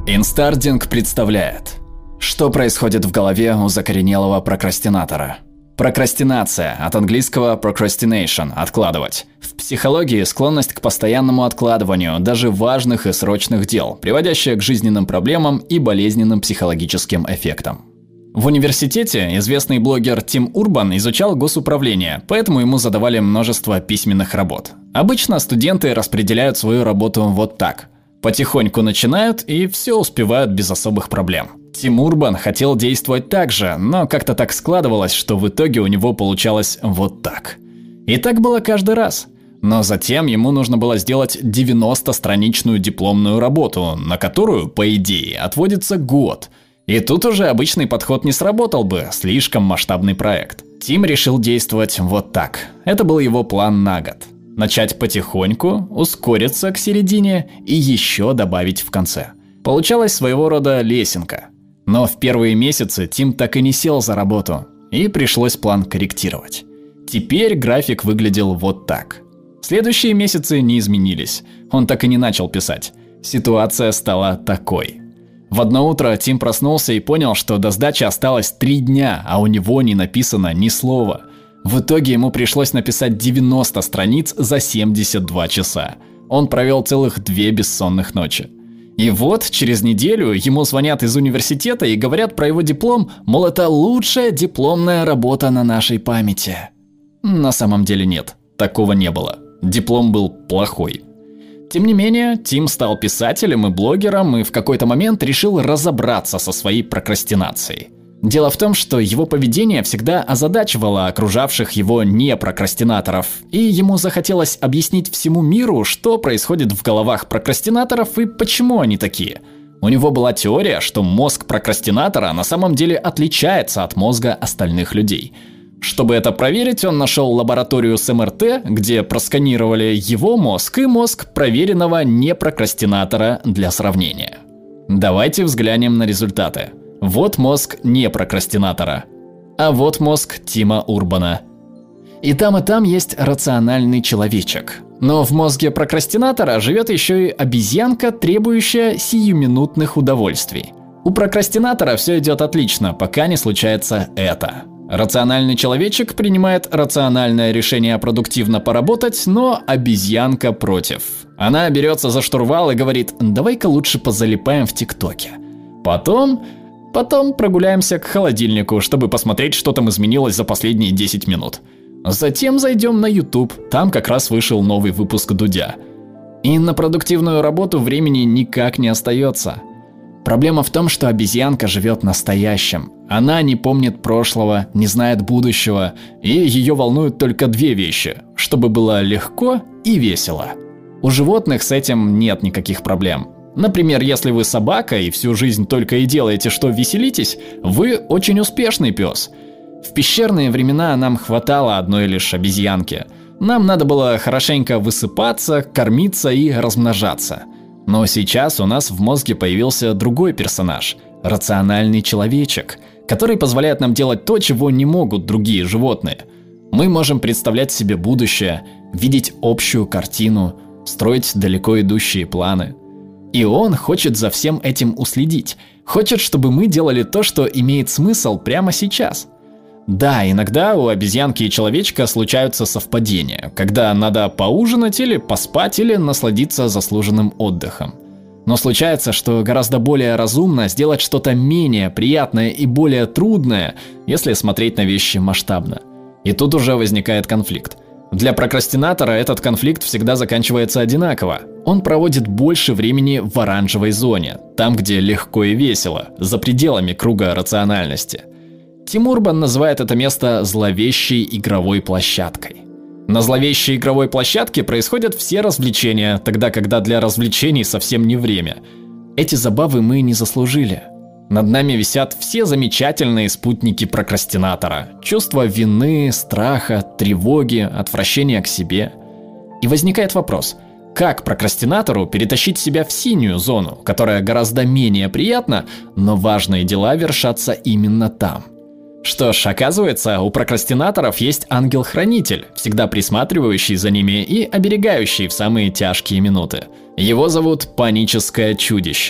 Инстардинг представляет, что происходит в голове у закоренелого прокрастинатора. Прокрастинация, от английского procrastination – откладывать. В психологии склонность к постоянному откладыванию даже важных и срочных дел, приводящая к жизненным проблемам и болезненным психологическим эффектам. В университете известный блогер Тим Урбан изучал госуправление, поэтому ему задавали множество письменных работ. Обычно студенты распределяют свою работу вот так. Потихоньку начинают и все успевают без особых проблем. Тим Урбан хотел действовать так же, но как-то так складывалось, что в итоге у него получалось вот так. И так было каждый раз. Но затем ему нужно было сделать 90-страничную дипломную работу, на которую, по идее, отводится год. И тут уже обычный подход не сработал бы, слишком масштабный проект. Тим решил действовать вот так. Это был его план на год. Начать потихоньку, ускориться к середине и еще добавить в конце. Получалась своего рода лесенка. Но в первые месяцы Тим так и не сел за работу, и пришлось план корректировать. Теперь график выглядел вот так. Следующие месяцы не изменились, он так и не начал писать. Ситуация стала такой. В одно утро Тим проснулся и понял, что до сдачи осталось 3 дня, а у него не написано ни слова. В итоге ему пришлось написать 90 страниц за 72 часа. Он провел целых 2 бессонных ночи. И вот через неделю ему звонят из университета и говорят про его диплом, мол, это лучшая дипломная работа на нашей памяти. На самом деле нет, такого не было. Диплом был плохой. Тем не менее, Тим стал писателем и блогером и в какой-то момент решил разобраться со своей прокрастинацией. Дело в том, что его поведение всегда озадачивало окружавших его непрокрастинаторов, и ему захотелось объяснить всему миру, что происходит в головах прокрастинаторов и почему они такие. У него была теория, что мозг прокрастинатора на самом деле отличается от мозга остальных людей. Чтобы это проверить, он нашел лабораторию с МРТ, где просканировали его мозг и мозг проверенного непрокрастинатора для сравнения. Давайте взглянем на результаты. Вот мозг непрокрастинатора, а вот мозг Тима Урбана. И там есть рациональный человечек. Но в мозге прокрастинатора живет еще и обезьянка, требующая сиюминутных удовольствий. У прокрастинатора все идет отлично, пока не случается это. Рациональный человечек принимает рациональное решение продуктивно поработать, но обезьянка против. Она берется за штурвал и говорит: давай-ка лучше позалипаем в ТикТоке. Потом прогуляемся к холодильнику, чтобы посмотреть, что там изменилось за последние 10 минут. Затем зайдем на YouTube, там как раз вышел новый выпуск Дудя. И на продуктивную работу времени никак не остается. Проблема в том, что обезьянка живет настоящим. Она не помнит прошлого, не знает будущего, и ее волнуют только 2 вещи: чтобы было легко и весело. У животных с этим нет никаких проблем. Например, если вы собака и всю жизнь только и делаете, что веселитесь, вы очень успешный пес. В пещерные времена нам хватало одной лишь обезьянки. Нам надо было хорошенько высыпаться, кормиться и размножаться. Но сейчас у нас в мозге появился другой персонаж – рациональный человечек, который позволяет нам делать то, чего не могут другие животные. Мы можем представлять себе будущее, видеть общую картину, строить далеко идущие планы. И он хочет за всем этим уследить, хочет, чтобы мы делали то, что имеет смысл прямо сейчас. Да, иногда у обезьянки и человечка случаются совпадения, когда надо поужинать или поспать, или насладиться заслуженным отдыхом. Но случается, что гораздо более разумно сделать что-то менее приятное и более трудное, если смотреть на вещи масштабно. И тут уже возникает конфликт. Для прокрастинатора этот конфликт всегда заканчивается одинаково. Он проводит больше времени в оранжевой зоне, там, где легко и весело, за пределами круга рациональности. Тим Урбан называет это место зловещей игровой площадкой. На зловещей игровой площадке происходят все развлечения, тогда когда для развлечений совсем не время. Эти забавы мы не заслужили. Над нами висят все замечательные спутники прокрастинатора: чувство вины, страха, тревоги, отвращения к себе. И возникает вопрос: как прокрастинатору перетащить себя в синюю зону, которая гораздо менее приятна, но важные дела вершатся именно там? Что ж, оказывается, у прокрастинаторов есть ангел-хранитель, всегда присматривающий за ними и оберегающий в самые тяжкие минуты. Его зовут паническое чудище.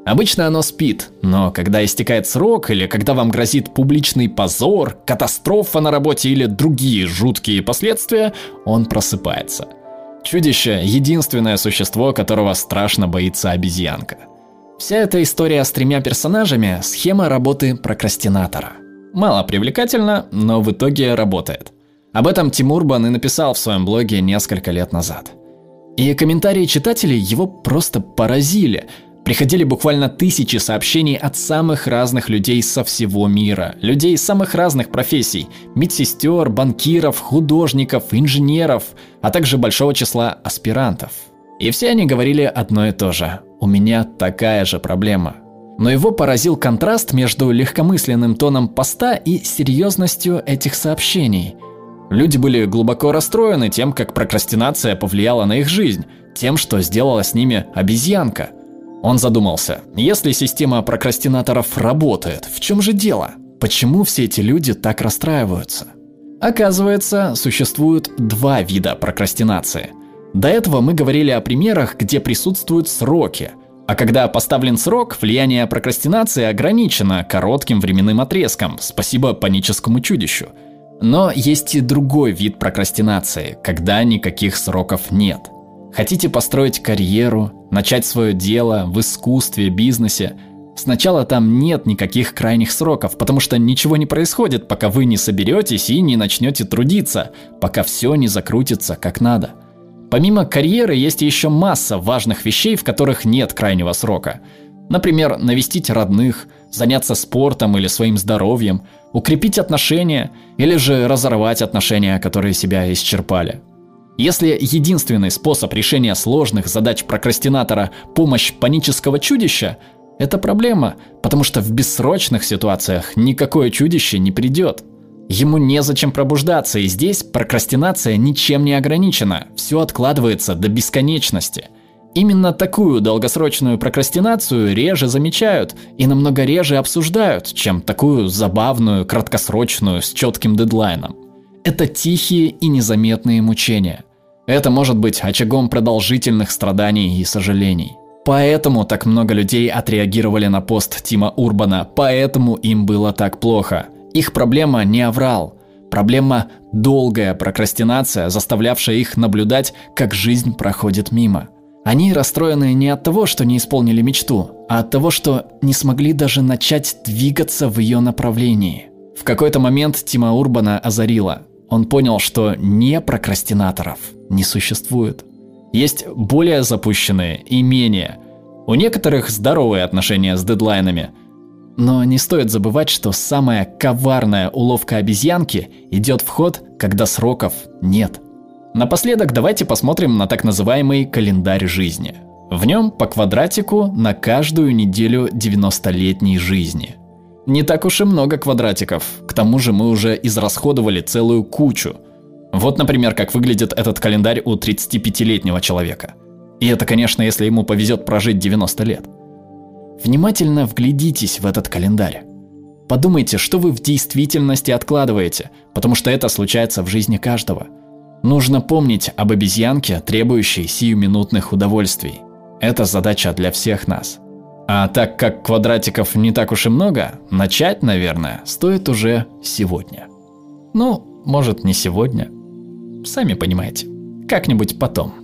Обычно оно спит, но когда истекает срок или когда вам грозит публичный позор, катастрофа на работе или другие жуткие последствия, он просыпается. Чудище – единственное существо, которого страшно боится обезьянка. Вся эта история с 3 персонажами – схема работы прокрастинатора. Мало привлекательно, но в итоге работает. Об этом Тим Урбан и написал в своем блоге несколько лет назад. И комментарии читателей его просто поразили. Приходили буквально тысячи сообщений от самых разных людей со всего мира, людей самых разных профессий, медсестер, банкиров, художников, инженеров, а также большого числа аспирантов. И все они говорили одно и то же: у меня такая же проблема. Но его поразил контраст между легкомысленным тоном поста и серьезностью этих сообщений. Люди были глубоко расстроены тем, как прокрастинация повлияла на их жизнь, тем, что сделала с ними обезьянка. Он задумался, если система прокрастинаторов работает, в чем же дело? Почему все эти люди так расстраиваются? Оказывается, существует 2 вида прокрастинации. До этого мы говорили о примерах, где присутствуют сроки. А когда поставлен срок, влияние прокрастинации ограничено коротким временным отрезком, спасибо паническому чудищу. Но есть и другой вид прокрастинации, когда никаких сроков нет. Хотите построить карьеру, начать свое дело в искусстве, бизнесе? Сначала там нет никаких крайних сроков, потому что ничего не происходит, пока вы не соберетесь и не начнете трудиться, пока все не закрутится как надо. Помимо карьеры есть еще масса важных вещей, в которых нет крайнего срока. Например, навестить родных, заняться спортом или своим здоровьем, укрепить отношения или же разорвать отношения, которые себя исчерпали. Если единственный способ решения сложных задач прокрастинатора – помощь панического чудища, это проблема, потому что в бессрочных ситуациях никакое чудище не придет. Ему незачем пробуждаться, и здесь прокрастинация ничем не ограничена, все откладывается до бесконечности. Именно такую долгосрочную прокрастинацию реже замечают и намного реже обсуждают, чем такую забавную, краткосрочную, с четким дедлайном. Это тихие и незаметные мучения. Это может быть очагом продолжительных страданий и сожалений. Поэтому так много людей отреагировали на пост Тима Урбана, поэтому им было так плохо. Их проблема не аврал. Проблема – долгая прокрастинация, заставлявшая их наблюдать, как жизнь проходит мимо. Они расстроены не от того, что не исполнили мечту, а от того, что не смогли даже начать двигаться в ее направлении. В какой-то момент Тима Урбана озарило. Он понял, что не прокрастинаторов не существует. Есть более запущенные и менее. У некоторых здоровые отношения с дедлайнами. Но не стоит забывать, что самая коварная уловка обезьянки идет в ход, когда сроков нет. Напоследок давайте посмотрим на так называемый календарь жизни. В нем по квадратику на каждую неделю 90-летней жизни. Не так уж и много квадратиков, к тому же мы уже израсходовали целую кучу. Вот, например, как выглядит этот календарь у 35-летнего человека. И это, конечно, если ему повезет прожить 90 лет. Внимательно вглядитесь в этот календарь. Подумайте, что вы в действительности откладываете, потому что это случается в жизни каждого. Нужно помнить об обезьянке, требующей сиюминутных удовольствий. Это задача для всех нас. А так как квадратиков не так уж и много, начать, наверное, стоит уже сегодня. Ну, может, не сегодня. Сами понимаете, как-нибудь потом.